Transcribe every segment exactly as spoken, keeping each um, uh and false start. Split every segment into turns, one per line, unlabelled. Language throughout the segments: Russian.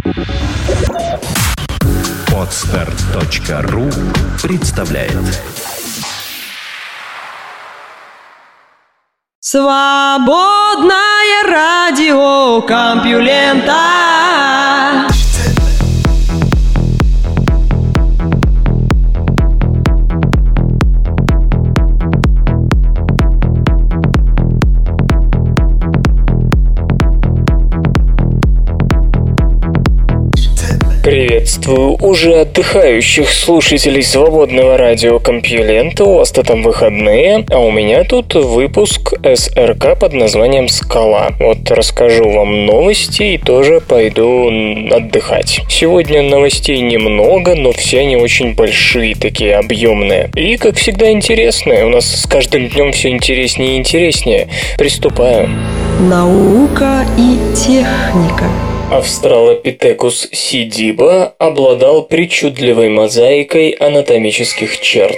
Подстер точка ру представляет.
Свободное радио Компьюлента.
Приветствую уже отдыхающих слушателей свободного радио Компьюлента. У вас-то там выходные, а у меня тут выпуск эс эр ка под названием «Скала». Вот расскажу вам новости и тоже пойду отдыхать. Сегодня новостей немного, но все они очень большие, такие объемные. И, как всегда, интересные. У нас с каждым днем все интереснее и интереснее. Приступаю.
Наука и техника.
Австралопитекус сидиба обладал причудливой мозаикой анатомических черт.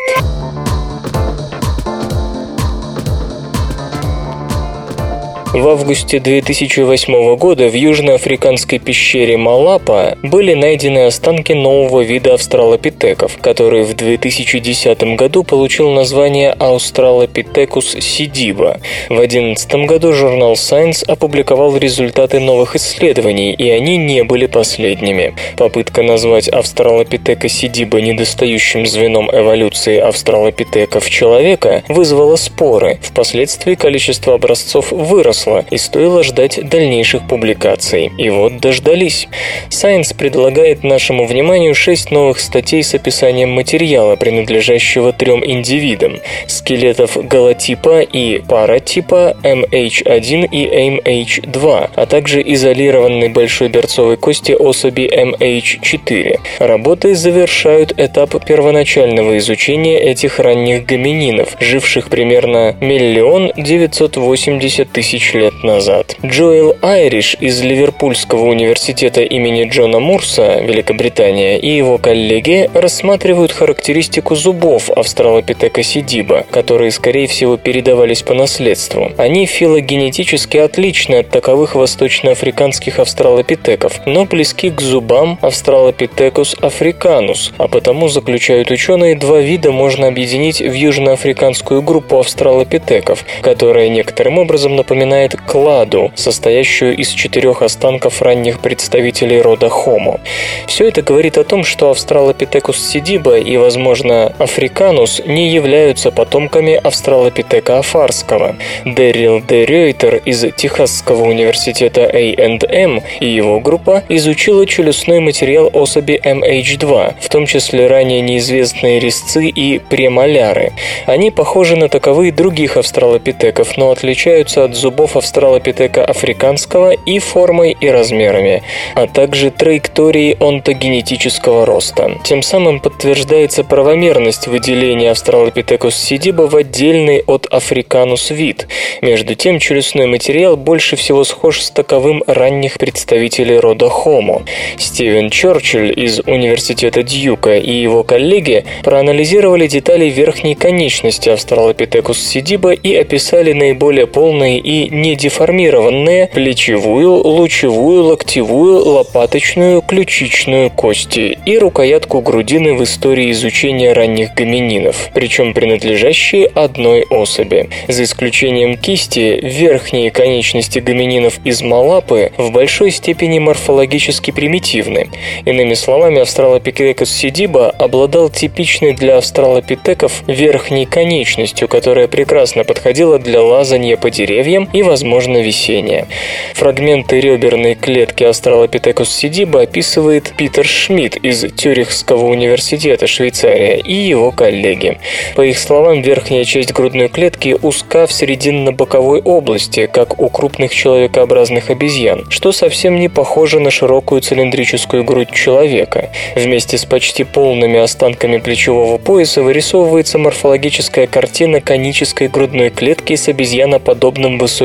В августе две тысячи восьмого года в южноафриканской пещере Малапа были найдены останки нового вида австралопитеков, который в две тысячи десятом году получил название Australopithecus sediba. В две тысячи одиннадцатом году журнал Science опубликовал результаты новых исследований, и они не были последними. Попытка назвать Australopithecus sediba недостающим звеном эволюции австралопитеков человека вызвала споры. Впоследствии количество образцов выросло, и стоило ждать дальнейших публикаций. И вот дождались. Science предлагает нашему вниманию шесть новых статей с описанием материала, принадлежащего трем индивидам: скелетов голотипа и паратипа эм эйч один и эм эйч два, а также изолированной большой берцовой кости особи эм эйч четыре. Работы завершают этап первоначального изучения этих ранних гомининов, живших примерно миллион девятьсот восемьдесят тысяч лет назад. Джоэл Айриш из Ливерпульского университета имени Джона Мурса, Великобритания, и его коллеги рассматривают характеристику зубов Австралопитека сидиба, которые, скорее всего, передавались по наследству. Они филогенетически отличны от таковых восточноафриканских австралопитеков, но близки к зубам Australopithecus africanus, а потому, заключают ученые, два вида можно объединить в южноафриканскую группу австралопитеков, которая некоторым образом напоминает кладу, состоящую из четырех останков ранних представителей рода Homo. Все это говорит о том, что Australopithecus sediba и, возможно, Africanus не являются потомками Австралопитека афарского. Дэрил де Рейтер из Техасского университета эй энд эм и его группа изучила челюстной материал особи эм эйч два, в том числе ранее неизвестные резцы и премоляры. Они похожи на таковые других австралопитеков, но отличаются от зубов Австралопитека африканского и формой, и размерами, а также траекторией онтогенетического роста. Тем самым подтверждается правомерность выделения Australopithecus sediba в отдельный от Africanus вид. Между тем, челюстной материал больше всего схож с таковым ранних представителей рода Homo. Стивен Чорчилль из Университета Дьюка и его коллеги проанализировали детали верхней конечности Australopithecus sediba и описали наиболее полные и недеформированные плечевую, лучевую, локтевую, лопаточную, ключичную кости и рукоятку грудины в истории изучения ранних гомининов, причем принадлежащие одной особи. За исключением кисти, верхние конечности гомининов из Малапы в большой степени морфологически примитивны. Иными словами, Australopithecus sediba обладал типичной для австралопитеков верхней конечностью, которая прекрасно подходила для лазанья по деревьям и, возможно, висения. Фрагменты реберной клетки Australopithecus sediba описывает Питер Шмидт из Цюрихского университета, Швейцария, и его коллеги. По их словам, верхняя часть грудной клетки узка в срединно-боковой области, как у крупных человекообразных обезьян, что совсем не похоже на широкую цилиндрическую грудь человека. Вместе с почти полными останками плечевого пояса вырисовывается морфологическая картина конической грудной клетки с обезьяноподобным высоким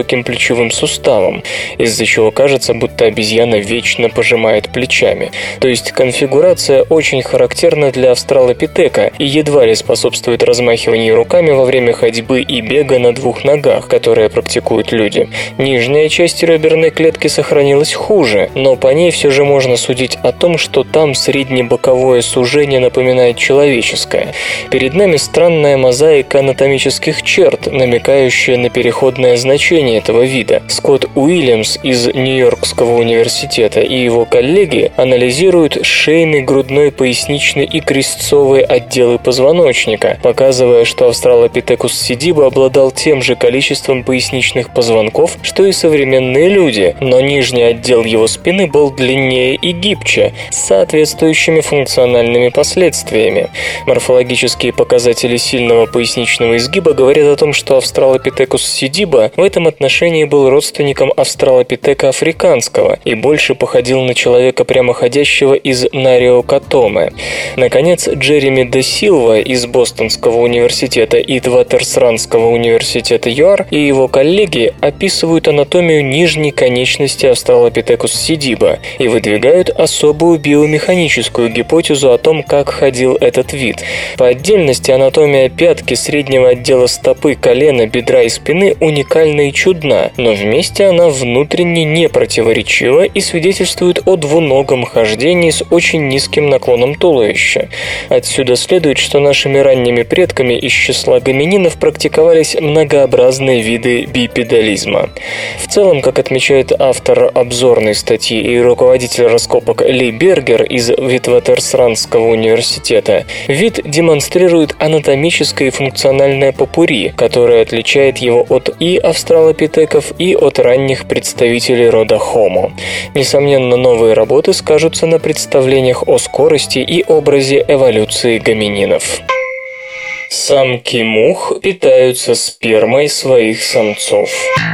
высоким плечевым суставом, из-за чего кажется, будто обезьяна вечно пожимает плечами. То есть конфигурация очень характерна для австралопитека и едва ли способствует размахиванию руками во время ходьбы и бега на двух ногах, которые практикуют люди. Нижняя часть реберной клетки сохранилась хуже, но по ней все же можно судить о том, что там среднебоковое сужение напоминает человеческое. Перед нами странная мозаика анатомических черт, намекающая на переходное значение этого вида. Скотт Уильямс из Нью-Йоркского университета и его коллеги анализируют шейный, грудной, поясничный и крестцовый отделы позвоночника, показывая, что австралопитекус сидиба обладал тем же количеством поясничных позвонков, что и современные люди, но нижний отдел его спины был длиннее и гибче, с соответствующими функциональными последствиями. Морфологические показатели сильного поясничного изгиба говорят о том, что австралопитекус сидиба в этом отношении был родственником австралопитека африканского и больше походил на человека прямоходящего из Нариокатоме. Наконец, Джереми де Силва из Бостонского университета и Тватерсрандского университета ЮАР и его коллеги описывают анатомию нижней конечности австралопитекус сидиба и выдвигают особую биомеханическую гипотезу о том, как ходил этот вид. По отдельности анатомия пятки, среднего отдела стопы, колена, бедра и спины уникальна и чудна, но вместе она внутренне не противоречива и свидетельствует о двуногом хождении с очень низким наклоном туловища. Отсюда следует, что нашими ранними предками из числа гомининов практиковались многообразные виды бипедализма. В целом, как отмечает автор обзорной статьи и руководитель раскопок Ли Бергер из Витватерсрандского университета, вид демонстрирует анатомическое и функциональное попурри, которое отличает его от и австралопитеков, и от ранних представителей рода Homo. Несомненно, новые работы скажутся на представлениях о скорости и образе эволюции гомининов. Самки мух питаются спермой своих самцов.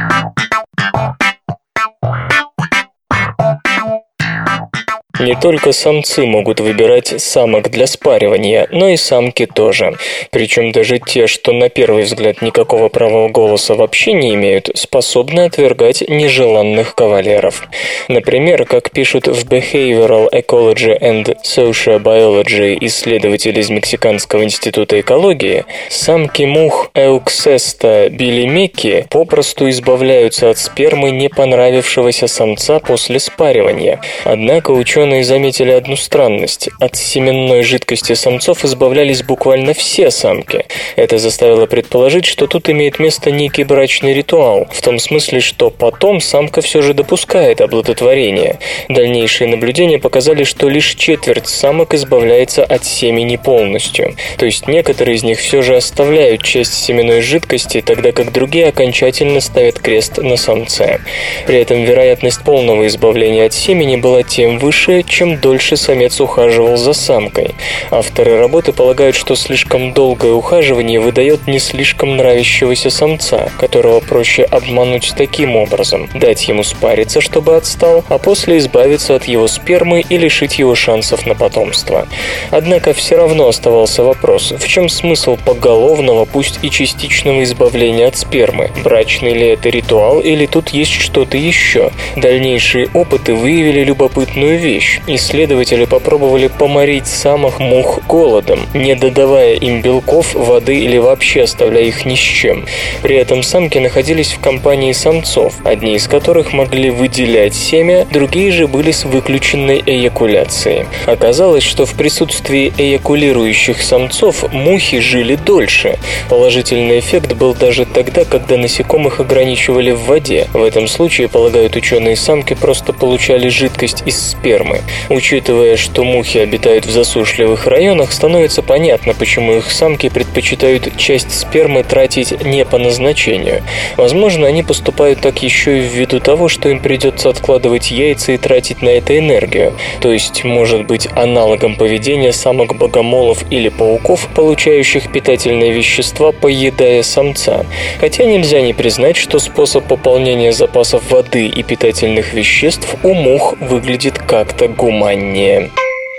Не только самцы могут выбирать самок для спаривания, но и самки тоже. Причем даже те, что на первый взгляд никакого права голоса вообще не имеют, способны отвергать нежеланных кавалеров. Например, как пишут в Behavioral Ecology and Sociobiology исследователи из Мексиканского института экологии, самки мух Euxesta bilimeki попросту избавляются от спермы не понравившегося самца после спаривания. Однако ученые заметили одну странность. От семенной жидкости самцов избавлялись буквально все самки. Это заставило предположить, что тут имеет место некий брачный ритуал, в том смысле, что потом самка все же допускает оплодотворение. Дальнейшие наблюдения показали, что лишь четверть самок избавляется от семени полностью. То есть некоторые из них все же оставляют часть семенной жидкости, тогда как другие окончательно ставят крест на самце. При этом вероятность полного избавления от семени была тем выше, чем дольше самец ухаживал за самкой. Авторы работы полагают, что слишком долгое ухаживание выдает не слишком нравящегося самца, которого проще обмануть таким образом: дать ему спариться, чтобы отстал, а после избавиться от его спермы и лишить его шансов на потомство. Однако все равно оставался вопрос: в чем смысл поголовного, пусть и частичного избавления от спермы? Брачный ли это ритуал, или тут есть что-то еще? Дальнейшие опыты выявили любопытную вещь. Исследователи попробовали поморить самых мух голодом, не додавая им белков, воды или вообще оставляя их ни с чем. При этом самки находились в компании самцов, одни из которых могли выделять семя, другие же были с выключенной эякуляцией. Оказалось, что в присутствии эякулирующих самцов мухи жили дольше. Положительный эффект был даже тогда, когда насекомых ограничивали в воде. В этом случае, полагают ученые, самки просто получали жидкость из спермы. Учитывая, что мухи обитают в засушливых районах, становится понятно, почему их самки предпочитают часть спермы тратить не по назначению. Возможно, они поступают так еще и ввиду того, что им придется откладывать яйца и тратить на это энергию. То есть, может быть, аналогом поведения самок богомолов или пауков, получающих питательные вещества, поедая самца. Хотя нельзя не признать, что способ пополнения запасов воды и питательных веществ у мух выглядит как-то гуманнее.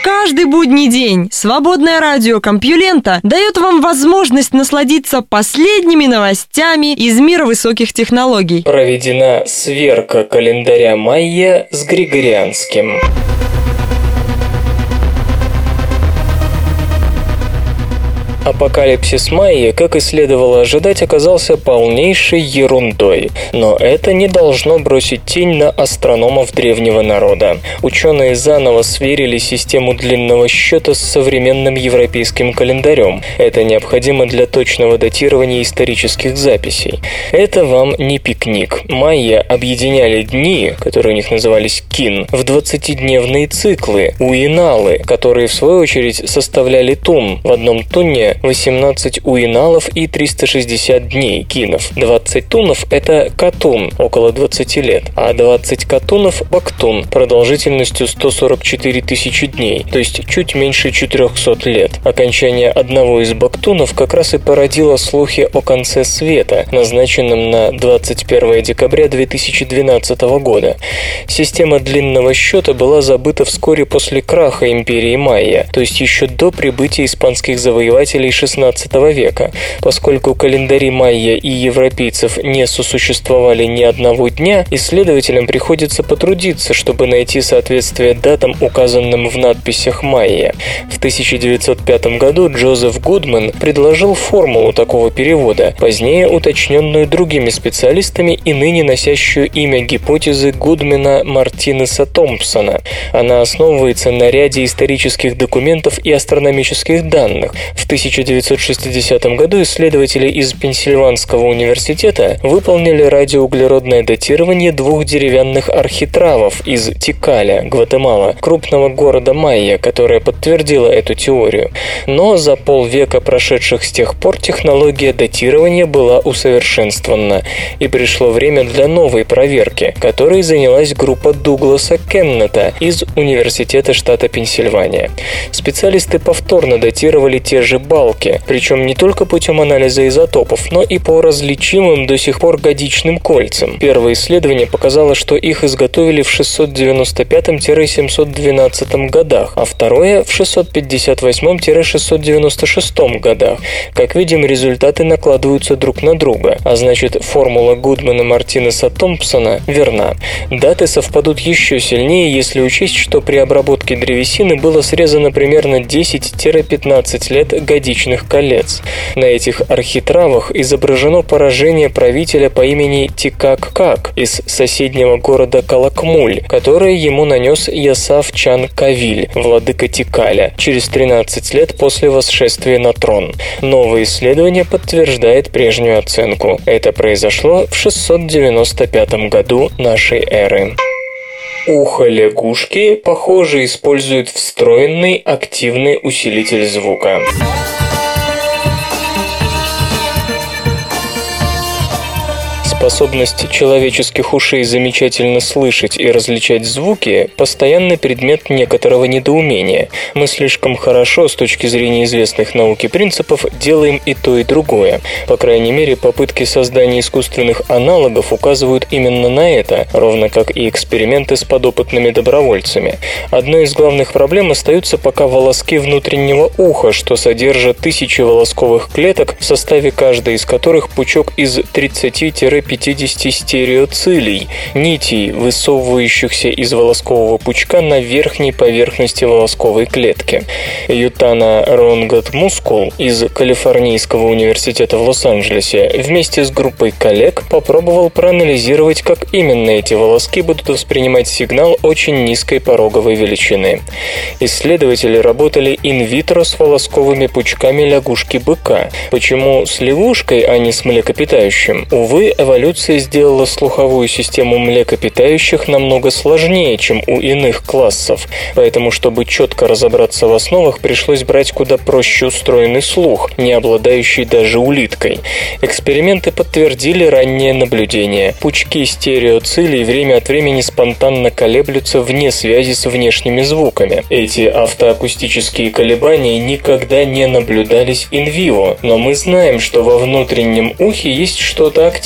Каждый будний день свободное радио Компьюлента дает вам возможность насладиться последними новостями из мира высоких технологий.
Проведена сверка календаря майя с григорианским. Апокалипсис майя, как и следовало ожидать, оказался полнейшей ерундой. Но это не должно бросить тень на астрономов древнего народа. Ученые заново сверили систему длинного счета с современным европейским календарем. Это необходимо для точного датирования исторических записей. Это вам не пикник. Майя объединяли дни, которые у них назывались кин, в двадцатидневные циклы, уиналы, которые в свою очередь составляли тун. В одном туне восемнадцать уиналов и триста шестьдесят дней кинов. двадцать тунов – это катун, около двадцати лет, а двадцать катунов – бактун, продолжительностью сто сорок четыре тысячи дней, то есть чуть меньше четырехсот лет. Окончание одного из бактунов как раз и породило слухи о конце света, назначенном на двадцать первое декабря две тысячи двенадцатого года. Система длинного счета была забыта вскоре после краха империи майя, то есть еще до прибытия испанских завоевателей шестнадцатого века. Поскольку календари майя и европейцев не сосуществовали ни одного дня, исследователям приходится потрудиться, чтобы найти соответствие датам, указанным в надписях майя. В тысяча девятьсот пятом году Джозеф Гудман предложил формулу такого перевода, позднее уточненную другими специалистами и ныне носящую имя гипотезы Гудмана-Мартинеса Томпсона. Она основывается на ряде исторических документов и астрономических данных. В тысяча девятьсот шестидесятом году исследователи из Пенсильванского университета выполнили радиоуглеродное датирование двух деревянных архитравов из Тикаля, Гватемала, крупного города майя, которое подтвердило эту теорию. Но за полвека прошедших с тех пор технология датирования была усовершенствована, и пришло время для новой проверки, которой занялась группа Дугласа Кеннета из Университета штата Пенсильвания. Специалисты повторно датировали те же балки, причем не только путем анализа изотопов, но и по различимым до сих пор годичным кольцам. Первое исследование показало, что их изготовили в шестьсот девяносто пятом — семьсот двенадцатом годах, а второе в шестьсот пятьдесят восьмом — шестьсот девяносто шестом годах. Как видим, результаты накладываются друг на друга, а значит, формула Гудмана-Мартинеса Томпсона верна. Даты совпадут еще сильнее, если учесть, что при обработке древесины было срезано примерно десять-пятнадцать лет годичных колец. На этих архитравах изображено поражение правителя по имени Тикак-Как из соседнего города Калакмуль, которое ему нанес Ясав Чан Кавиль, владыка Тикаля, через тринадцать лет после восшествия на трон. Новое исследование подтверждает прежнюю оценку. Это произошло в шестьсот девяносто пятом году нашей эры. Ухо лягушки, похоже, использует встроенный активный усилитель звука. Способность человеческих ушей замечательно слышать и различать звуки – постоянный предмет некоторого недоумения. Мы слишком хорошо, с точки зрения известных науке принципов, делаем и то, и другое. По крайней мере, попытки создания искусственных аналогов указывают именно на это, ровно как и эксперименты с подопытными добровольцами. Одной из главных проблем остаются пока волоски внутреннего уха, что содержат тысячи волосковых клеток, в составе каждой из которых пучок из тридцати-пятидесяти стереоцилий, нитей, высовывающихся из волоскового пучка на верхней поверхности волосковой клетки. Ютана Ронгат-Мускул из Калифорнийского университета в Лос-Анджелесе вместе с группой коллег попробовал проанализировать, как именно эти волоски будут воспринимать сигнал очень низкой пороговой величины. Исследователи работали инвитро с волосковыми пучками лягушки-быка. Почему с лягушкой, а не с млекопитающим? Увы, эволюция сделала слуховую систему млекопитающих намного сложнее, чем у иных классов, поэтому, чтобы четко разобраться в основах, пришлось брать куда проще устроенный слух, не обладающий даже улиткой. Эксперименты подтвердили раннее наблюдение. Пучки стереоцилий время от времени спонтанно колеблются вне связи с внешними звуками. Эти автоакустические колебания никогда не наблюдались инвиво, но мы знаем, что во внутреннем ухе есть что-то активное,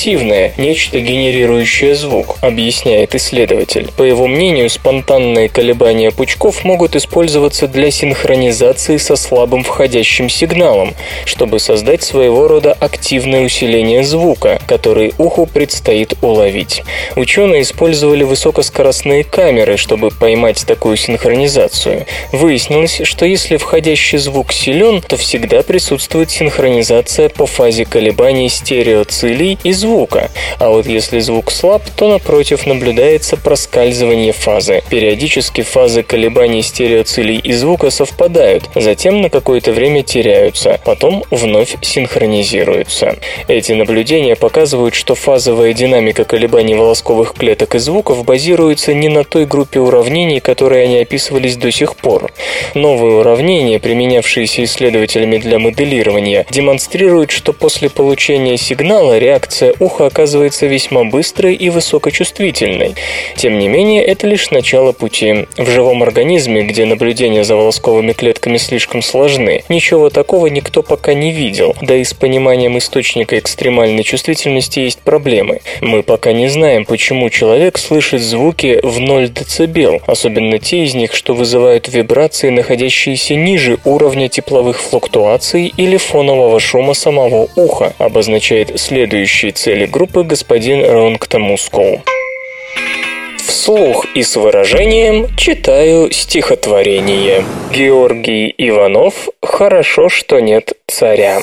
наблюдения нечто, генерирующее звук, объясняет исследователь. По его мнению, спонтанные колебания пучков могут использоваться для синхронизации со слабым входящим сигналом, чтобы создать своего рода активное усиление звука, который уху предстоит уловить. Ученые использовали высокоскоростные камеры, чтобы поймать такую синхронизацию. Выяснилось, что если входящий звук силен, то всегда присутствует синхронизация по фазе колебаний стереоцилий и звука, а вот если звук слаб, то напротив наблюдается проскальзывание фазы. Периодически фазы колебаний стереоцилий и звука совпадают, затем на какое-то время теряются, потом вновь синхронизируются. Эти наблюдения показывают, что фазовая динамика колебаний волосковых клеток и звуков базируется не на той группе уравнений, которые они описывались до сих пор. Новые уравнения, применявшиеся исследователями для моделирования, демонстрируют, что после получения сигнала реакция уха оказывается весьма быстрой и высокочувствительной. Тем не менее, это лишь начало пути. В живом организме, где наблюдения за волосковыми клетками слишком сложны, ничего такого никто пока не видел, да и с пониманием источника экстремальной чувствительности есть проблемы. Мы пока не знаем, почему человек слышит звуки в ноль децибел, особенно те из них, что вызывают вибрации, находящиеся ниже уровня тепловых флуктуаций или фонового шума самого уха, обозначает следующие цели группы господин Ронгта Мускул. Вслух и с выражением читаю стихотворение. Георгий Иванов «Хорошо, что нет царя».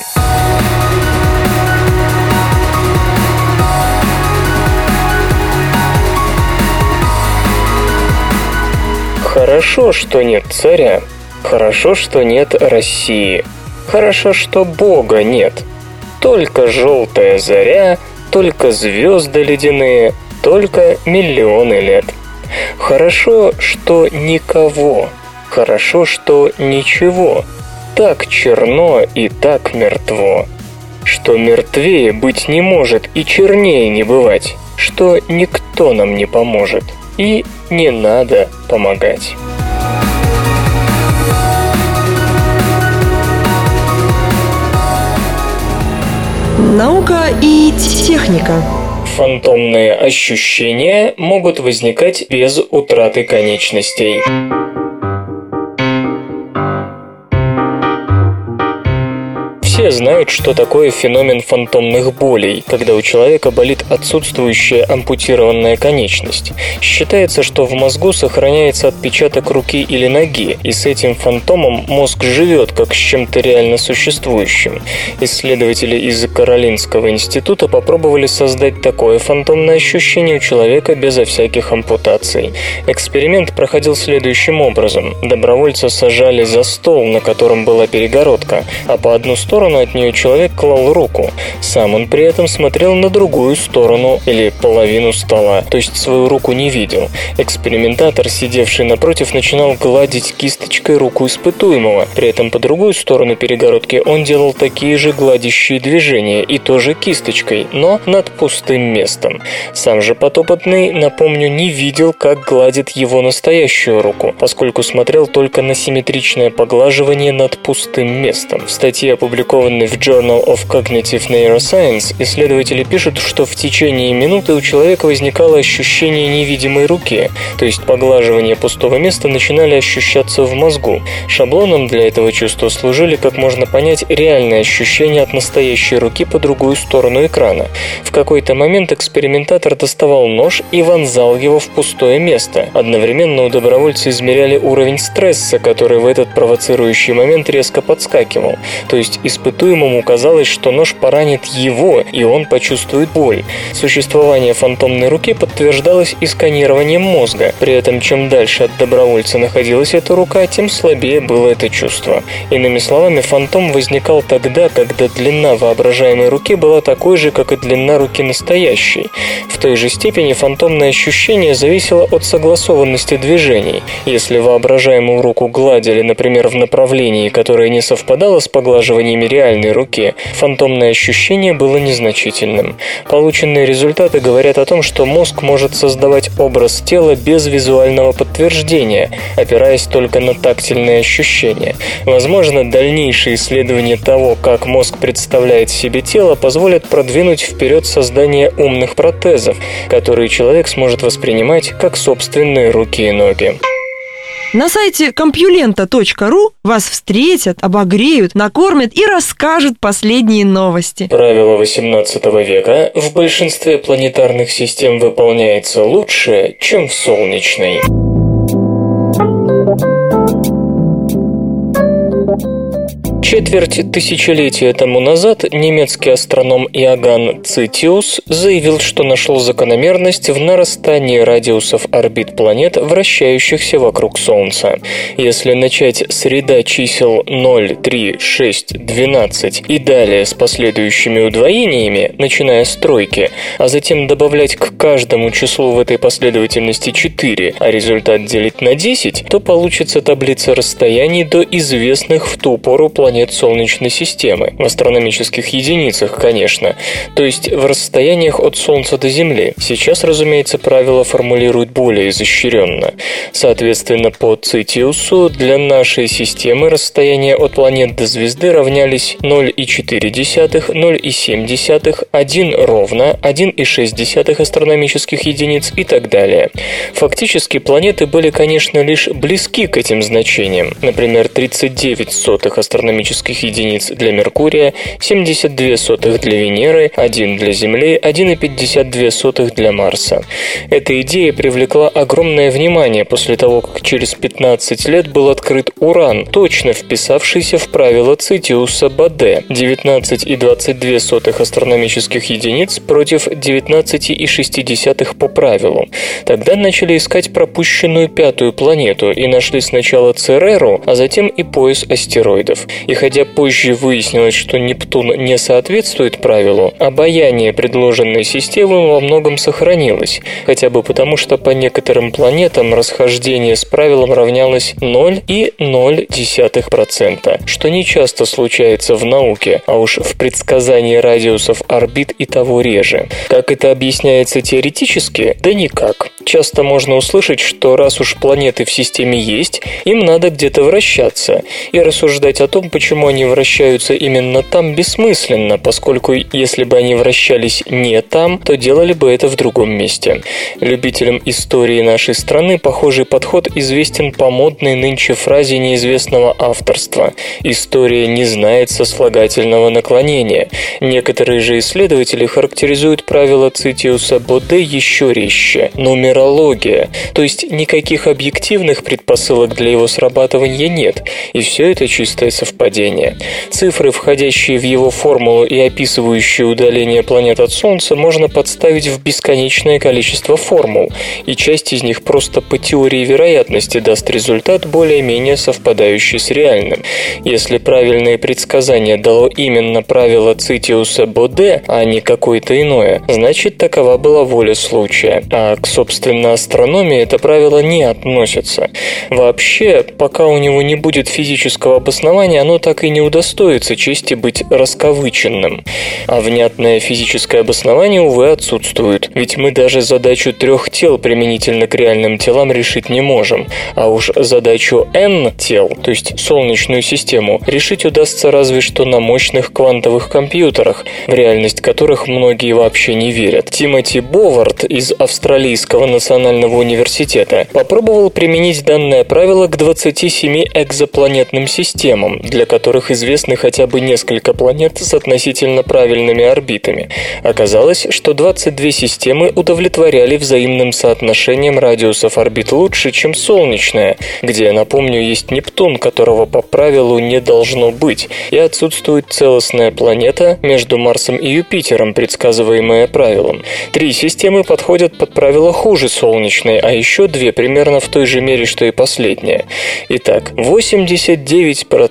Хорошо, что нет царя. Хорошо, что нет России. Хорошо, что Бога нет. Только желтая заря, только звезды ледяные, только миллионы лет. Хорошо, что никого. Хорошо, что ничего. Так черно и так мертво, что мертвее быть не может и чернее не бывать, что никто нам не поможет. И не надо помогать.
Наука и техника.
Фантомные ощущения могут возникать без утраты конечностей. Все знают, что такое феномен фантомных болей, когда у человека болит отсутствующая ампутированная конечность. Считается, что в мозгу сохраняется отпечаток руки или ноги, и с этим фантомом мозг живет как с чем-то реально существующим. Исследователи из Каролинского института попробовали создать такое фантомное ощущение у человека безо всяких ампутаций. Эксперимент проходил следующим образом. Добровольца сажали за стол, на котором была перегородка, а по одну сторону от нее человек клал руку. Сам он при этом смотрел на другую сторону или половину стола, то есть свою руку не видел. Экспериментатор, сидевший напротив, начинал гладить кисточкой руку испытуемого. При этом по другую сторону перегородки он делал такие же гладящие движения и тоже кисточкой, но над пустым местом. Сам же подопытный, напомню, не видел, как гладит его настоящую руку, поскольку смотрел только на симметричное поглаживание над пустым местом. В статье, опубликованной в Journal of Cognitive Neuroscience, исследователи пишут, что в течение минуты у человека возникало ощущение невидимой руки, то есть поглаживание пустого места начинали ощущаться в мозгу. Шаблоном для этого чувства служили, как можно понять, реальные ощущения от настоящей руки по другую сторону экрана. В какой-то момент экспериментатор доставал нож и вонзал его в пустое место. Одновременно у добровольца измеряли уровень стресса, который в этот провоцирующий момент резко подскакивал. То есть испытуемому казалось, что нож поранит его, и он почувствует боль. Существование фантомной руки подтверждалось и сканированием мозга. При этом, чем дальше от добровольца находилась эта рука, тем слабее было это чувство. Иными словами, фантом возникал тогда, когда длина воображаемой руки была такой же, как и длина руки настоящей. В той же степени фантомное ощущение зависело от согласованности движений. Если воображаемую руку гладили, например, в направлении, которое не совпадало с поглаживаниями реальной руке, фантомное ощущение было незначительным. Полученные результаты говорят о том, что мозг может создавать образ тела без визуального подтверждения, опираясь только на тактильные ощущения. Возможно, дальнейшие исследования того, как мозг представляет себе тело, позволят продвинуть вперед создание умных протезов, которые человек сможет воспринимать как собственные руки и ноги.
На сайте компьюлента точка ру вас встретят, обогреют, накормят и расскажут последние новости.
Правило восемнадцатого века: в большинстве планетарных систем выполняется лучше, чем в Солнечной. Четверть тысячелетия тому назад немецкий астроном Иоганн Цитиус заявил, что нашел закономерность в нарастании радиусов орбит планет, вращающихся вокруг Солнца. Если начать с ряда чисел ноль, три, шесть, двенадцать и далее с последующими удвоениями, начиная с тройки, а затем добавлять к каждому числу в этой последовательности четыре, а результат делить на десять, то получится таблица расстояний до известных в ту пору планет Солнечной системы, в астрономических единицах, конечно, то есть в расстояниях от Солнца до Земли. Сейчас, разумеется, правила формулируют более изощренно. Соответственно, по Цитиусу для нашей системы расстояния от планет до звезды равнялись ноль целых четыре десятых, ноль целых семь десятых, один ровно, один целых шесть десятых астрономических единиц и так далее. Фактически планеты были, конечно, лишь близки к этим значениям, например, тридцать девять сотых астрономических единиц для Меркурия, семьдесят две сотых для Венеры, один для Земли, один целых пятьдесят две сотых для Марса. Эта идея привлекла огромное внимание после того, как через пятнадцать лет был открыт Уран, точно вписавшийся в правила Цитиуса-Боде, девятнадцать целых двадцать две сотых астрономических единиц против девятнадцать целых шесть десятых по правилу. Тогда начали искать пропущенную пятую планету и нашли сначала Цереру, а затем и пояс астероидов. И хотя позже выяснилось, что Нептун не соответствует правилу, обаяние предложенной системы во многом сохранилось, хотя бы потому, что по некоторым планетам расхождение с правилом равнялось ноль целых ноль десятых процента, что не часто случается в науке, а уж в предсказании радиусов орбит и того реже. Как это объясняется теоретически? Да никак. Часто можно услышать, что раз уж планеты в системе есть, им надо где-то вращаться, и рассуждать о том, почему они вращаются именно там, бессмысленно, поскольку если бы они вращались не там, то делали бы это в другом месте. Любителям истории нашей страны похожий подход известен по модной нынче фразе неизвестного авторства: «История не знает сослагательного наклонения». Некоторые же исследователи характеризуют правила Цитиуса-Боде еще резче – нумерология, то есть никаких объективных предпосылок для его срабатывания нет, и все это чистое совпадение. Цифры, входящие в его формулу и описывающие удаление планет от Солнца, можно подставить в бесконечное количество формул, и часть из них просто по теории вероятности даст результат, более-менее совпадающий с реальным. Если правильное предсказание дало именно правило Цитиуса-Боде, а не какое-то иное, значит, такова была воля случая, а к, собственно, астрономии это правило не относится. Вообще, пока у него не будет физического обоснования, оно так и не удостоится чести быть раскавыченным. А внятное физическое обоснование, увы, отсутствует, ведь мы даже задачу трех тел применительно к реальным телам решить не можем, а уж задачу N тел, то есть Солнечную систему, решить удастся разве что на мощных квантовых компьютерах, в реальность которых многие вообще не верят. Тимоти Бовард из Австралийского национального университета попробовал применить данное правило к двадцати семи экзопланетным системам, для которых известны хотя бы несколько планет с относительно правильными орбитами. Оказалось, что двадцать две системы удовлетворяли взаимным соотношением радиусов орбит лучше, чем Солнечная, где, напомню, есть Нептун, которого по правилу не должно быть, и отсутствует целостная планета между Марсом и Юпитером, предсказываемая правилом. Три системы подходят под правило хуже Солнечной, а еще две примерно в той же мере, что и последняя. Итак, восемьдесят девять процентов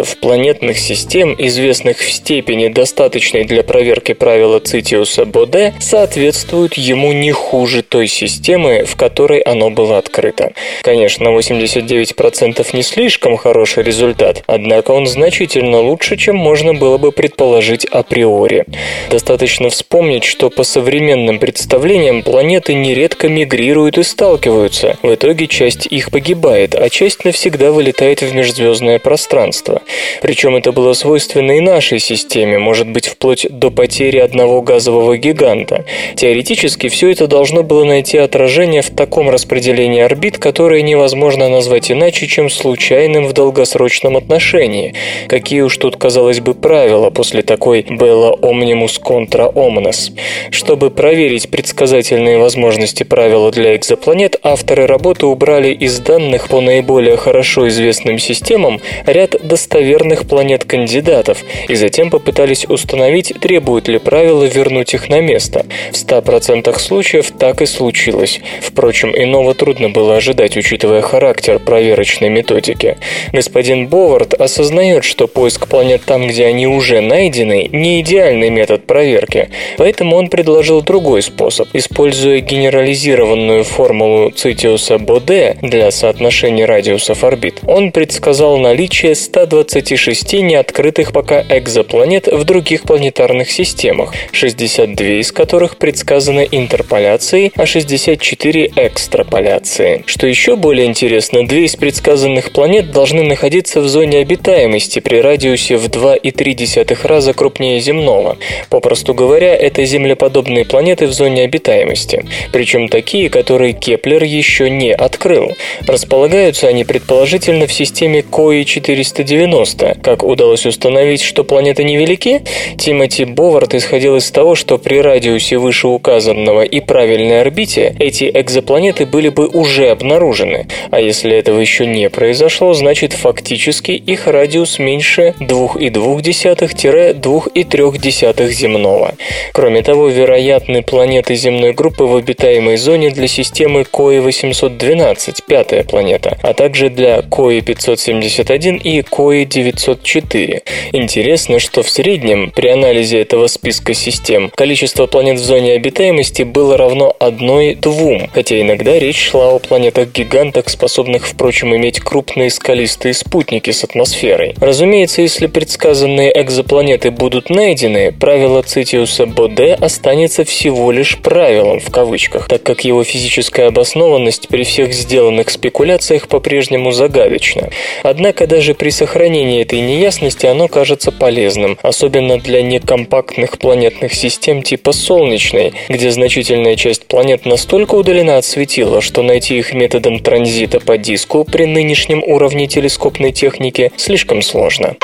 кандидатов планетных систем, известных в степени, достаточной для проверки правила Цитиуса-Боде, соответствуют ему не хуже той системы, в которой оно было открыто. Конечно, восемьдесят девять процентов не слишком хороший результат, однако он значительно лучше, чем можно было бы предположить априори. Достаточно вспомнить, что по современным представлениям планеты нередко мигрируют и сталкиваются. В итоге часть их погибает, а часть навсегда вылетает в межзвездное пространство. Причем это было свойственно и нашей системе, может быть, вплоть до потери одного газового гиганта. Теоретически все это должно было найти отражение в таком распределении орбит, которое невозможно назвать иначе, чем случайным в долгосрочном отношении. Какие уж тут, казалось бы, правила после такой «bella omnimus contra omnes». Чтобы проверить предсказательные возможности правила для экзопланет, авторы работы убрали из данных по наиболее хорошо известным системам ряд достоверных планет-кандидатов и затем попытались установить, требуют ли правила вернуть их на место. В ста процентах случаев так и случилось. Впрочем, иного трудно было ожидать, учитывая характер проверочной методики. Господин Бовард осознает, что поиск планет там, где они уже найдены, не идеальный метод проверки, поэтому он предложил другой способ. Используя генерализированную формулу Цитиуса-Боде для соотношения радиусов орбит, он предсказал наличие ста двадцати шести неоткрытых пока экзопланет в других планетарных системах, шестьдесят две из которых предсказаны интерполяцией, а шестьдесят четыре экстраполяцией. Что еще более интересно, две из предсказанных планет должны находиться в зоне обитаемости при радиусе в два и три десятых раза крупнее земного. Попросту говоря, это землеподобные планеты в зоне обитаемости. Причем такие, которые Кеплер еще не открыл. Располагаются они предположительно в системе Кои четыреста девяносто. Как удалось установить, что планеты невелики? Тимоти Бовард исходил из того, что при радиусе вышеуказанного и правильной орбите эти экзопланеты были бы уже обнаружены. А если этого еще не произошло, значит фактически их радиус меньше два и две десятых - два и три десятых земного. Кроме того, вероятны планеты земной группы в обитаемой зоне для системы Кои восемьсот двенадцать, пятая планета, а также для Кои пятьсот семьдесят один и Кои девятьсот четыре. Интересно, что в среднем при анализе этого списка систем количество планет в зоне обитаемости было равно одной-двум, хотя иногда речь шла о планетах-гигантах, способных, впрочем, иметь крупные скалистые спутники с атмосферой. Разумеется, если предсказанные экзопланеты будут найдены, правило Цитиуса-Боде останется всего лишь правилом в кавычках, так как его физическая обоснованность при всех сделанных спекуляциях по-прежнему загадочна. Однако даже при сохранении этой неясности оно кажется полезным, особенно для некомпактных планетных систем типа Солнечной, где значительная часть планет настолько удалена от светила, что найти их методом транзита по диску при нынешнем уровне телескопной техники слишком сложно.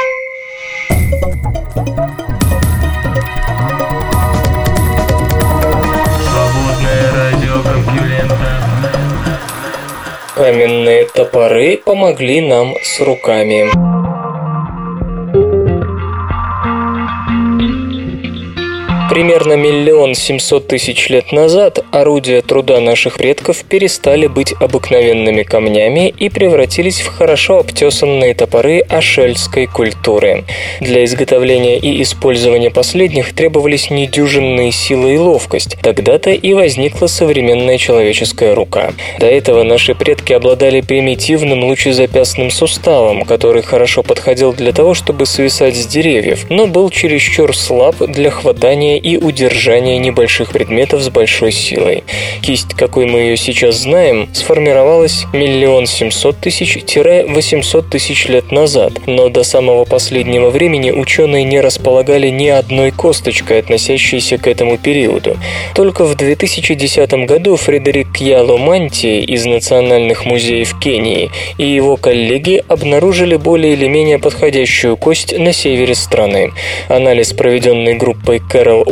Каменные топоры помогли нам с руками. Примерно миллион семьсот тысяч лет назад орудия труда наших предков перестали быть обыкновенными камнями и превратились в хорошо обтесанные топоры ашельской культуры. Для изготовления и использования последних требовались недюжинные силы и ловкость. Тогда-то и возникла современная человеческая рука. До этого наши предки обладали примитивным лучезапястным суставом, который хорошо подходил для того, чтобы свисать с деревьев, но был чересчур слаб для хватания и удержания небольших предметов с большой силой. Кисть, какой мы ее сейчас знаем, сформировалась миллион семьсот тысяч - восемьсот тысяч лет назад, но до самого последнего времени ученые не располагали ни одной косточкой, относящейся к этому периоду. Только в две тысячи десятом году Фредерик Кьяло-Манти из Национальных музеев Кении и его коллеги обнаружили более или менее подходящую кость на севере страны. Анализ, проведенный группой Кэрол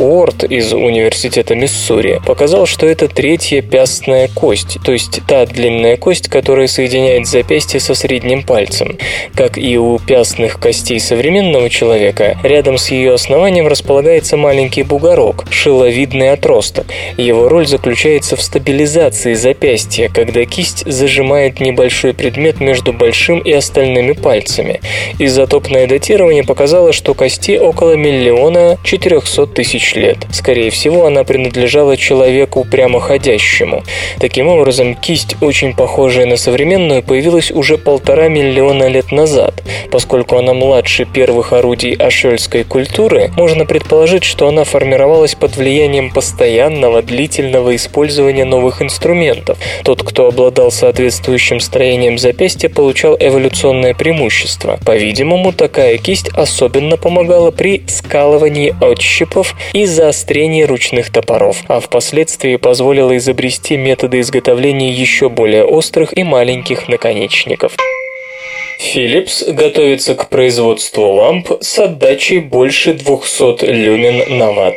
Уорд из Университета Миссури показал, что это третья пястная кость, то есть та длинная кость, которая соединяет запястье со средним пальцем. Как и у пястных костей современного человека, рядом с ее основанием располагается маленький бугорок, шиловидный отросток. Его роль заключается в стабилизации запястья, когда кисть зажимает небольшой предмет между большим и остальными пальцами. Изотопное датирование показало, что кости около миллиона четырехсот тысяч лет. Скорее всего, она принадлежала человеку прямоходящему. Таким образом, кисть, очень похожая на современную, появилась уже полтора миллиона лет назад. Поскольку она младше первых орудий ашельской культуры, можно предположить, что она формировалась под влиянием постоянного длительного использования новых инструментов. Тот, кто обладал соответствующим строением запястья, получал эволюционное преимущество. По-видимому, такая кисть особенно помогала при скалывании отщепов и заострении ручных топоров, а впоследствии позволила изобрести методы изготовления еще более острых и маленьких наконечников. Philips готовится к производству ламп с отдачей больше двухсот люмен на ватт.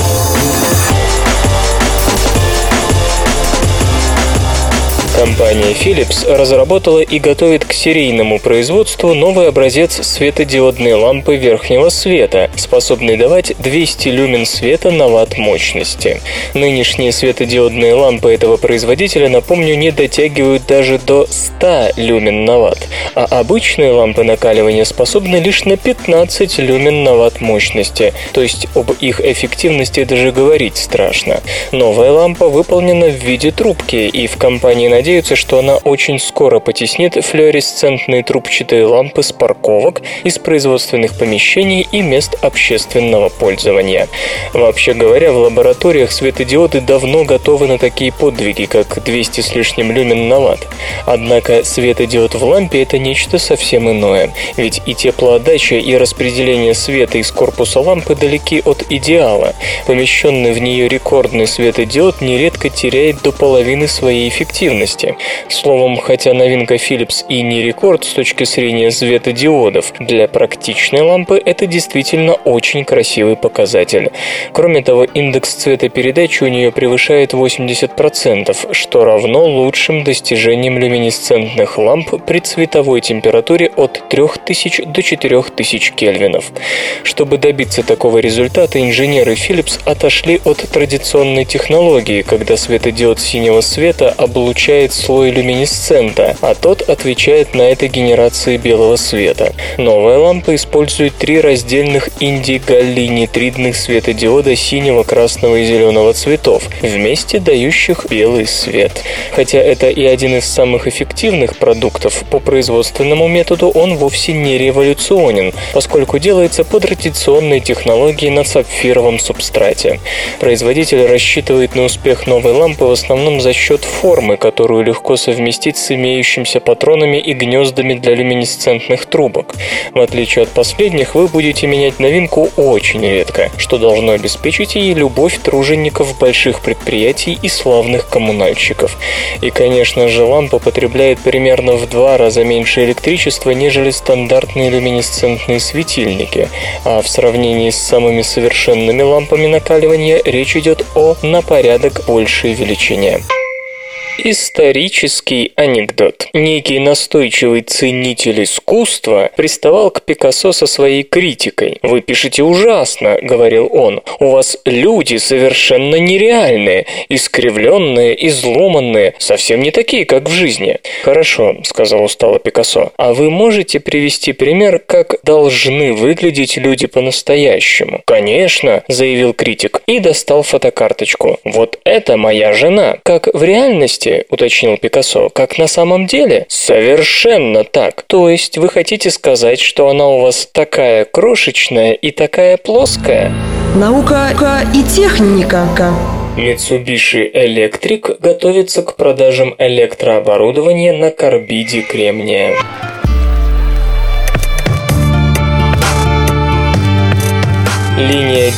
Компания Philips разработала и готовит к серийному производству новый образец светодиодной лампы верхнего света, способный давать двести люмен света на ватт мощности. Нынешние светодиодные лампы этого производителя, напомню, не дотягивают даже до ста люмен на ватт, а обычные лампы накаливания способны лишь на пятнадцать люмен на ватт мощности, то есть об их эффективности даже говорить страшно. Новая лампа выполнена в виде трубки, и в компании надеются, что она очень скоро потеснит флуоресцентные трубчатые лампы с парковок, из производственных помещений и мест общественного пользования. Вообще говоря, в лабораториях светодиоды давно готовы на такие подвиги, как двести с лишним люмен на ватт. Однако светодиод в лампе – это нечто совсем иное. Ведь и теплоотдача, и распределение света из корпуса лампы далеки от идеала. Помещенный в нее рекордный светодиод нередко теряет до половины своей эффективности. Словом, хотя новинка Philips и не рекорд с точки зрения светодиодов, для практичной лампы это действительно очень красивый показатель. Кроме того, индекс цветопередачи у нее превышает восемьдесят процентов, что равно лучшим достижениям люминесцентных ламп при цветовой температуре от трёх тысяч до четырёх тысяч кельвинов. Чтобы добиться такого результата, инженеры Philips отошли от традиционной технологии, когда светодиод синего света облучает слой люминесцента, а тот отвечает на это генерации белого света. Новая лампа использует три раздельных индигаллинитридных светодиода синего, красного и зеленого цветов, вместе дающих белый свет. Хотя это и один из самых эффективных продуктов, по производственному методу он вовсе не революционен, поскольку делается по традиционной технологии на сапфировом субстрате. Производитель рассчитывает на успех новой лампы в основном за счет формы, которую легко совместить с имеющимися патронами и гнездами для люминесцентных трубок. В отличие от последних, вы будете менять новинку очень редко, что должно обеспечить ей любовь тружеников больших предприятий и славных коммунальщиков. И, конечно же, лампа потребляет примерно в два раза меньше электричества, нежели стандартные люминесцентные светильники, а в сравнении с самыми совершенными лампами накаливания речь идет о на порядок большей величине. Исторический анекдот. Некий настойчивый ценитель искусства приставал к Пикассо со своей критикой. «Вы пишете ужасно», — говорил он. «У вас люди совершенно нереальные, искривленные, изломанные, совсем не такие, как в жизни». «Хорошо», — сказал устало Пикассо. «А вы можете привести пример, как должны выглядеть люди по-настоящему?» «Конечно», — заявил критик и достал фотокарточку. «Вот это моя жена. Как в реальности?» — уточнил Пикассо. «Как на самом деле?» «Совершенно так. То есть вы хотите сказать, что она у вас такая крошечная и такая плоская?»
Наука и техника.
Mitsubishi Electric готовится к продажам электрооборудования на карбиде кремния. Линия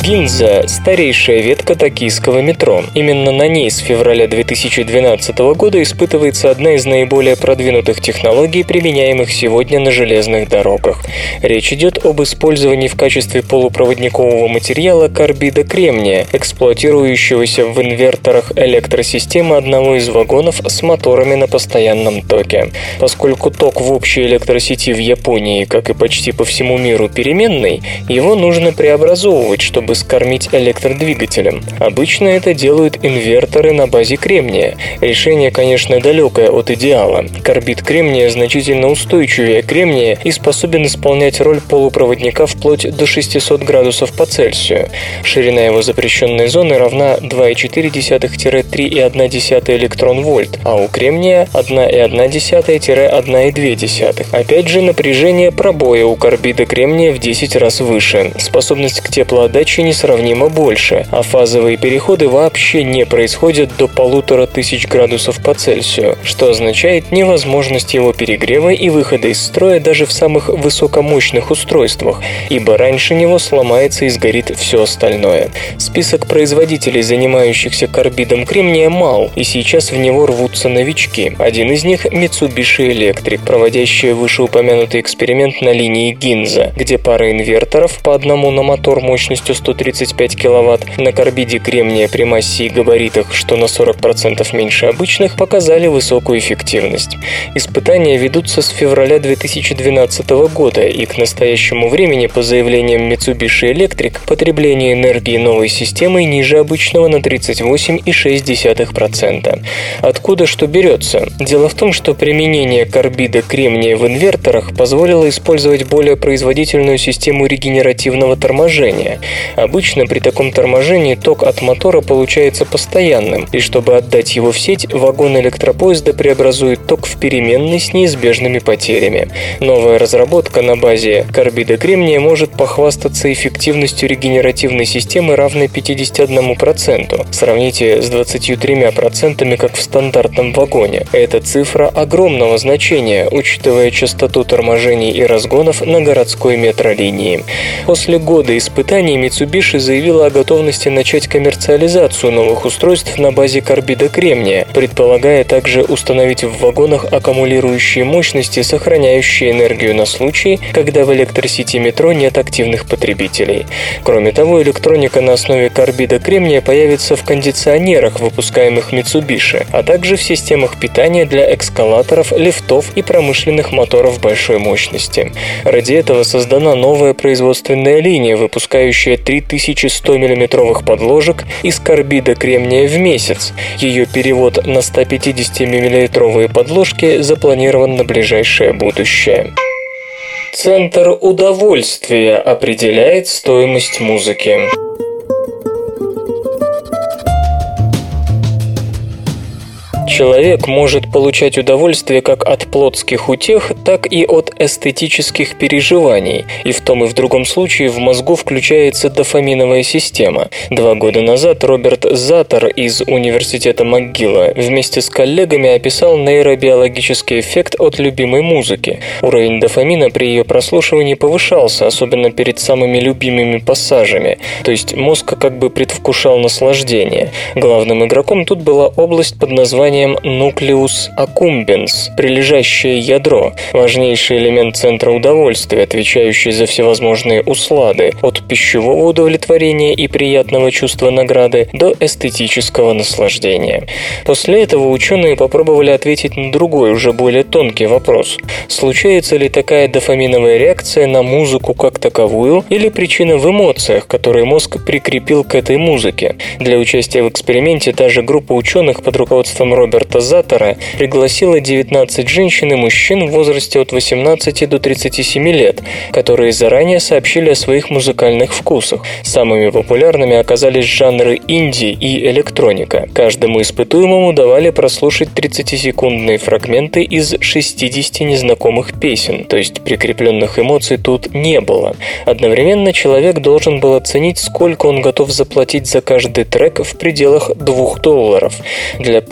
Гинза – старейшая ветка токийского метро. Именно на ней с февраля две тысячи двенадцатого года испытывается одна из наиболее продвинутых технологий, применяемых сегодня на железных дорогах. Речь идет об использовании в качестве полупроводникового материала карбида кремния, эксплуатирующегося в инверторах электросистемы одного из вагонов с моторами на постоянном токе. Поскольку ток в общей электросети в Японии, как и почти по всему миру, переменный, его нужно преобразовывать, чтобы скормить электродвигателем. Обычно это делают инверторы на базе кремния. Решение, конечно, далекое от идеала. Карбид кремния значительно устойчивее кремния и способен исполнять роль полупроводника вплоть до шестисот градусов по Цельсию. Ширина его запрещенной зоны равна два и четыре десятых - три и одна десятая электрон-вольт, а у кремния одна и одна десятая - одна и две десятых. Опять же, напряжение пробоя у карбида кремния в десять раз выше. Способность к теплоотдаче несравнимо больше, а фазовые переходы вообще не происходят до полутора тысяч градусов по Цельсию, что означает невозможность его перегрева и выхода из строя даже в самых высокомощных устройствах, ибо раньше него сломается и сгорит все остальное. Список производителей, занимающихся карбидом кремния, мал, и сейчас в него рвутся новички. Один из них – Mitsubishi Electric, проводящая вышеупомянутый эксперимент на линии Гинза, где пара инверторов, по одному на мотор мощностью сто тридцать пять киловатт, на карбиде кремния при массе и габаритах, что на сорок процентов меньше обычных, показали высокую эффективность. Испытания ведутся с февраля две тысячи двенадцатого года, и к настоящему времени, по заявлениям Mitsubishi Electric, потребление энергии новой системой ниже обычного на тридцать восемь и шесть десятых процента. Откуда что берется? Дело в том, что применение карбида кремния в инверторах позволило использовать более производительную систему регенеративного торможения. Обычно при таком торможении ток от мотора получается постоянным, и чтобы отдать его в сеть, вагон электропоезда преобразует ток в переменный с неизбежными потерями. Новая разработка на базе карбида кремния может похвастаться эффективностью регенеративной системы, равной пятьдесят один процент. Сравните с двадцатью тремя процентами, как в стандартном вагоне. Эта цифра огромного значения, учитывая частоту торможений и разгонов на городской метролинии. После года испытаний Mitsubishi заявила о готовности начать коммерциализацию новых устройств на базе карбида кремния, предполагая также установить в вагонах аккумулирующие мощности, сохраняющие энергию на случай, когда в электросети метро нет активных потребителей. Кроме того, электроника на основе карбида кремния появится в кондиционерах, выпускаемых Mitsubishi, а также в системах питания для эскалаторов, лифтов и промышленных моторов большой мощности. Ради этого создана новая производственная линия, выпускающая три тысячи сто миллиметровых подложек из карбида кремния в месяц. Ее перевод на сто пятидесятимиллилитровые подложки запланирован на ближайшее будущее. Центр удовольствия определяет стоимость музыки. Человек может получать удовольствие как от плотских утех, так и от эстетических переживаний, и в том и в другом случае в мозгу включается дофаминовая система. Два года назад Роберт Заттер из университета МcGill вместе с коллегами описал нейробиологический эффект от любимой музыки. Уровень дофамина при ее прослушивании повышался, особенно перед самыми любимыми пассажами, то есть мозг как бы предвкушал наслаждение. Главным игроком тут была область под названием nucleus accumbens, прилежащее ядро, важнейший элемент центра удовольствия, отвечающий за всевозможные услады, от пищевого удовлетворения и приятного чувства награды до эстетического наслаждения. После этого ученые попробовали ответить на другой, уже более тонкий вопрос. Случается ли такая дофаминовая реакция на музыку как таковую, или причина в эмоциях, которые мозг прикрепил к этой музыке? Для участия в эксперименте та же группа ученых под руководством Роберта Заттера пригласила девятнадцать женщин и мужчин в возрасте от восемнадцати до тридцати семи лет, которые заранее сообщили о своих музыкальных вкусах. Самыми популярными оказались жанры инди и электроника. Каждому испытуемому давали прослушать тридцатисекундные фрагменты из шестидесяти незнакомых песен, то есть прикрепленных эмоций тут не было. Одновременно человек должен был оценить, сколько он готов заплатить за каждый трек в пределах двух долларов. Для пущей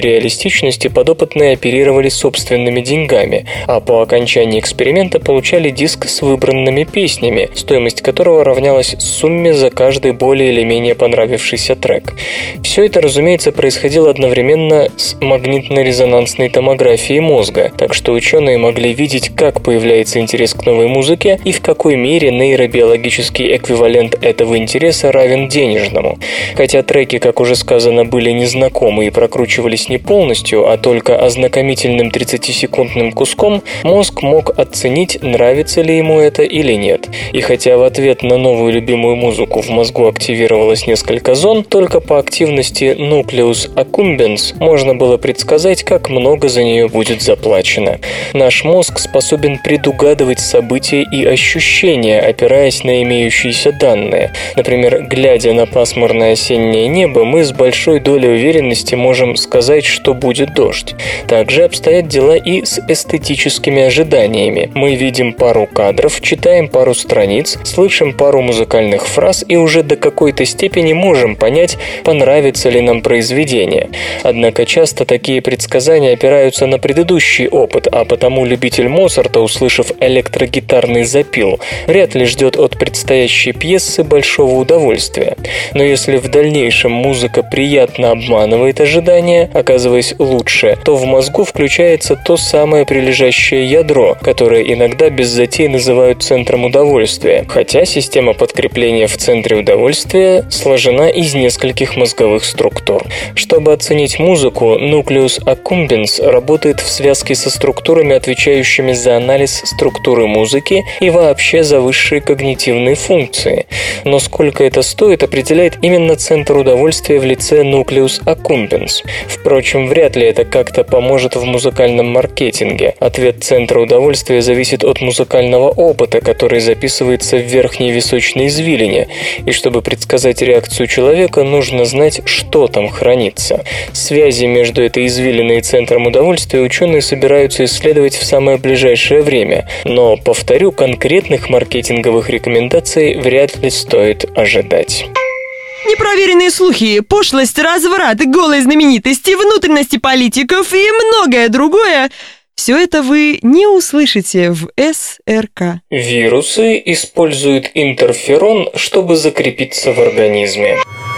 реалистичности подопытные оперировали собственными деньгами, а по окончании эксперимента получали диск с выбранными песнями, стоимость которого равнялась сумме за каждый более или менее понравившийся трек. Все это, разумеется, происходило одновременно с магнитно-резонансной томографией мозга, так что ученые могли видеть, как появляется интерес к новой музыке и в какой мере нейробиологический эквивалент этого интереса равен денежному. Хотя треки, как уже сказано, были незнакомы и прокручивались не полностью, а только ознакомительным тридцатисекундным куском, мозг мог оценить, нравится ли ему это или нет. И хотя в ответ на новую любимую музыку в мозгу активировалось несколько зон, только по активности nucleus accumbens можно было предсказать, как много за нее будет заплачено. Наш мозг способен предугадывать события и ощущения, опираясь на имеющиеся данные. Например, глядя на пасмурное осеннее небо, мы с большой долей уверенности можем сказать, что будет дождь. Также обстоят дела и с эстетическими ожиданиями. Мы видим пару кадров, читаем пару страниц, слышим пару музыкальных фраз и уже до какой-то степени можем понять, понравится ли нам произведение. Однако часто такие предсказания опираются на предыдущий опыт, а потому любитель Моцарта, услышав электрогитарный запил, вряд ли ждет от предстоящей пьесы большого удовольствия. Но если в дальнейшем музыка приятно обманывает ожидания, оказываясь лучше, то в мозгу включается то самое прилежащее ядро, которое иногда без затей называют центром удовольствия, хотя система подкрепления в центре удовольствия сложена из нескольких мозговых структур. Чтобы оценить музыку, nucleus accumbens работает в связке со структурами, отвечающими за анализ структуры музыки и вообще за высшие когнитивные функции. Но сколько это стоит, определяет именно центр удовольствия в лице nucleus accumbens. Впрочем, вряд ли это как-то поможет в музыкальном маркетинге. Ответ центра удовольствия зависит от музыкального опыта, который записывается в верхней височной извилине, и чтобы предсказать реакцию человека, нужно знать, что там хранится. Связи между этой извилиной и центром удовольствия ученые собираются исследовать в самое ближайшее время, но, повторю, конкретных маркетинговых рекомендаций вряд ли стоит ожидать.
Непроверенные слухи, пошлость, разврат, голые знаменитости, внутренности политиков и многое другое – все это вы не услышите в эс эр ка.
Вирусы используют интерферон, чтобы закрепиться в организме.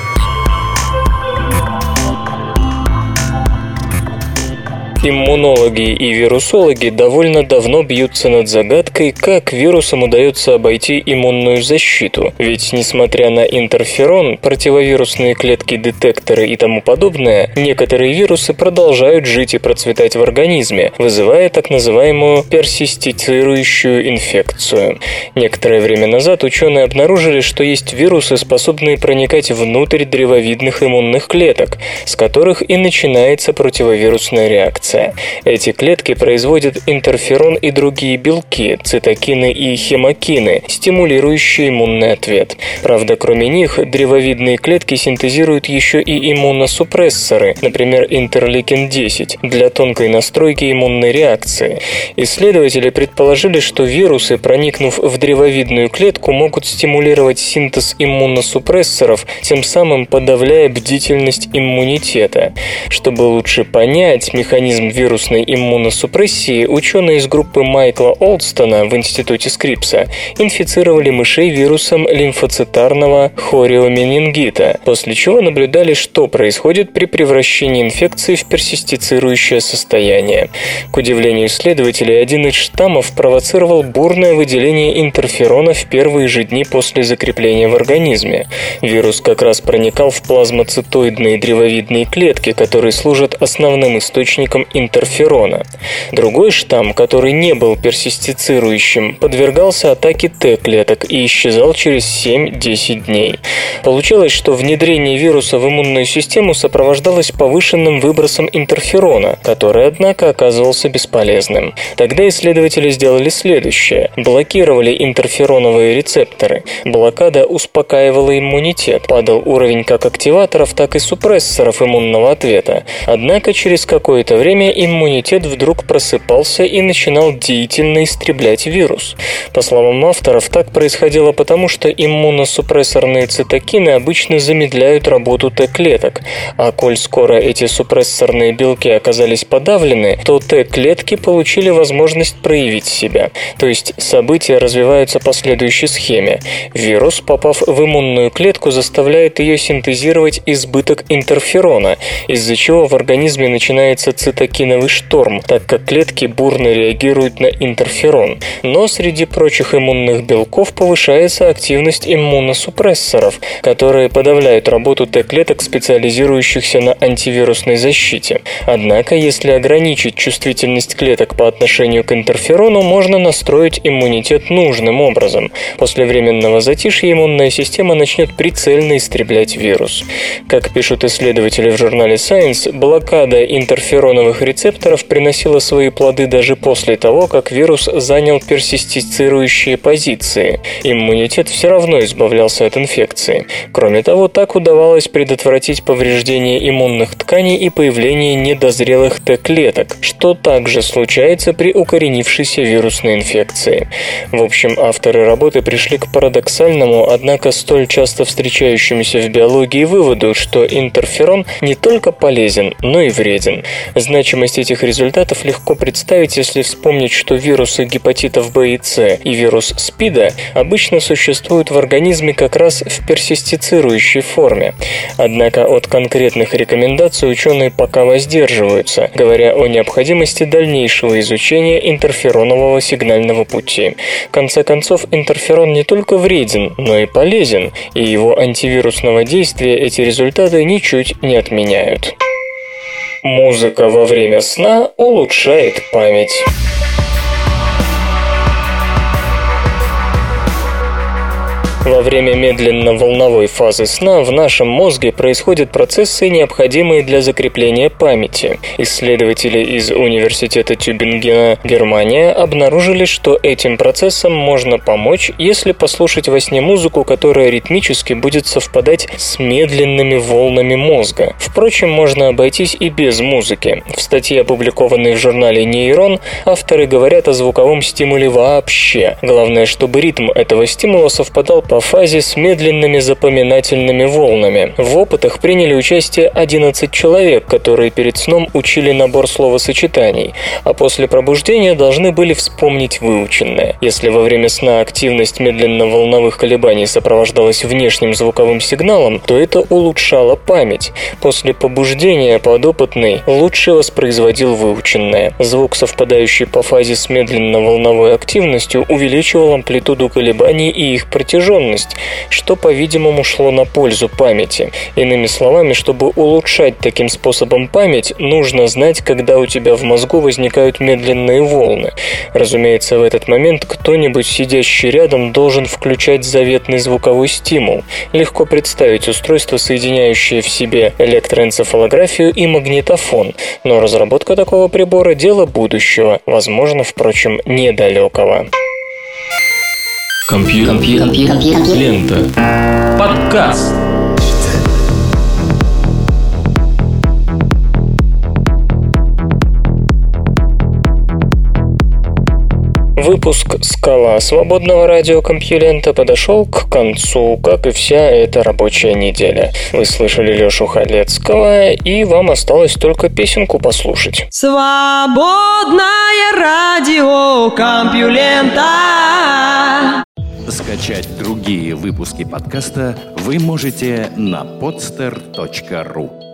Иммунологи и вирусологи довольно давно бьются над загадкой, как вирусам удается обойти иммунную защиту. Ведь, несмотря на интерферон, противовирусные клетки-детекторы и тому подобное, некоторые вирусы продолжают жить и процветать в организме, вызывая так называемую персистицирующую инфекцию. Некоторое время назад ученые обнаружили, что есть вирусы, способные проникать внутрь древовидных иммунных клеток, с которых и начинается противовирусная реакция. Эти клетки производят интерферон и другие белки, цитокины и хемокины, стимулирующие иммунный ответ. Правда, кроме них, древовидные клетки синтезируют еще и иммуносупрессоры, например, интерлейкин десять, для тонкой настройки иммунной реакции. Исследователи предположили, что вирусы, проникнув в древовидную клетку, могут стимулировать синтез иммуносупрессоров, тем самым подавляя бдительность иммунитета. Чтобы лучше понять механизм вирусной иммуносупрессии, ученые из группы Майкла Олдстона в Институте Скрипса инфицировали мышей вирусом лимфоцитарного хориоменингита, после чего наблюдали, что происходит при превращении инфекции в персистицирующее состояние. К удивлению исследователей, один из штаммов провоцировал бурное выделение интерферона в первые же дни после закрепления в организме. Вирус как раз проникал в плазмоцитоидные древовидные клетки, которые служат основным источником интерферона. Другой штамм, который не был персистицирующим, подвергался атаке Т-клеток и исчезал через семь-десять дней. Получалось, что внедрение вируса в иммунную систему сопровождалось повышенным выбросом интерферона, который, однако, оказывался бесполезным. Тогда исследователи сделали следующее. Блокировали интерфероновые рецепторы. Блокада успокаивала иммунитет, падал уровень как активаторов, так и супрессоров иммунного ответа. Однако через какое-то время время иммунитет вдруг просыпался и начинал деятельно истреблять вирус. По словам авторов, так происходило потому, что иммуносупрессорные цитокины обычно замедляют работу Т-клеток, а коль скоро эти супрессорные белки оказались подавлены, то Т-клетки получили возможность проявить себя. То есть события развиваются по следующей схеме. Вирус, попав в иммунную клетку, заставляет ее синтезировать избыток интерферона, из-за чего в организме начинается цитокиновый шторм, так как клетки бурно реагируют на интерферон. Но среди прочих иммунных белков повышается активность иммуносупрессоров, которые подавляют работу Т-клеток, специализирующихся на антивирусной защите. Однако, если ограничить чувствительность клеток по отношению к интерферону, можно настроить иммунитет нужным образом. После временного затишья иммунная система начнет прицельно истреблять вирус. Как пишут исследователи в журнале Science, блокада интерфероновых рецепторов приносила свои плоды даже после того, как вирус занял персистицирующие позиции. Иммунитет все равно избавлялся от инфекции. Кроме того, так удавалось предотвратить повреждение иммунных тканей и появление недозрелых Т-клеток, что также случается при укоренившейся вирусной инфекции. В общем, авторы работы пришли к парадоксальному, однако столь часто встречающемуся в биологии выводу, что интерферон не только полезен, но и вреден. Значимость этих результатов легко представить, если вспомнить, что вирусы гепатитов Б и С и вирус СПИДа обычно существуют в организме как раз в персистицирующей форме. Однако от конкретных рекомендаций ученые пока воздерживаются, говоря о необходимости дальнейшего изучения интерферонового сигнального пути. В конце концов, интерферон не только вреден, но и полезен, и его антивирусного действия эти результаты ничуть не отменяют. Музыка во время сна улучшает память. Во время медленно-волновой фазы сна в нашем мозге происходят процессы, необходимые для закрепления памяти. Исследователи из Университета Тюбингена, Германия, обнаружили, что этим процессам можно помочь, если послушать во сне музыку, которая ритмически будет совпадать с медленными волнами мозга. Впрочем, можно обойтись и без музыки. В статье, опубликованной в журнале «Нейрон», авторы говорят о звуковом стимуле вообще. Главное, чтобы ритм этого стимула совпадал по фазе с медленными запоминательными волнами. В опытах приняли участие одиннадцать человек, которые перед сном учили набор словосочетаний, а после пробуждения должны были вспомнить выученное. Если во время сна активность медленно-волновых колебаний сопровождалась внешним звуковым сигналом, то это улучшало память. После побуждения подопытный лучше воспроизводил выученное. Звук, совпадающий по фазе с медленно-волновой активностью, увеличивал амплитуду колебаний и их протяженность, что, по-видимому, шло на пользу памяти. Иными словами, чтобы улучшать таким способом память, нужно знать, когда у тебя в мозгу возникают медленные волны. Разумеется, в этот момент кто-нибудь, сидящий рядом, должен включать заветный звуковой стимул. Легко представить устройство, соединяющее в себе электроэнцефалографию и магнитофон, но разработка такого прибора – дело будущего, возможно, впрочем, недалекого.
Компьютер. Компьютер. Лента. Подкаст.
Выпуск «Скала» свободного радиокомпьюлента подошел к концу, как и вся эта рабочая неделя. Вы слышали Лешу Халецкого, и вам осталось только песенку послушать.
Свободное радиокомпьюлента.
Скачать другие выпуски подкаста вы можете на podster точка ру.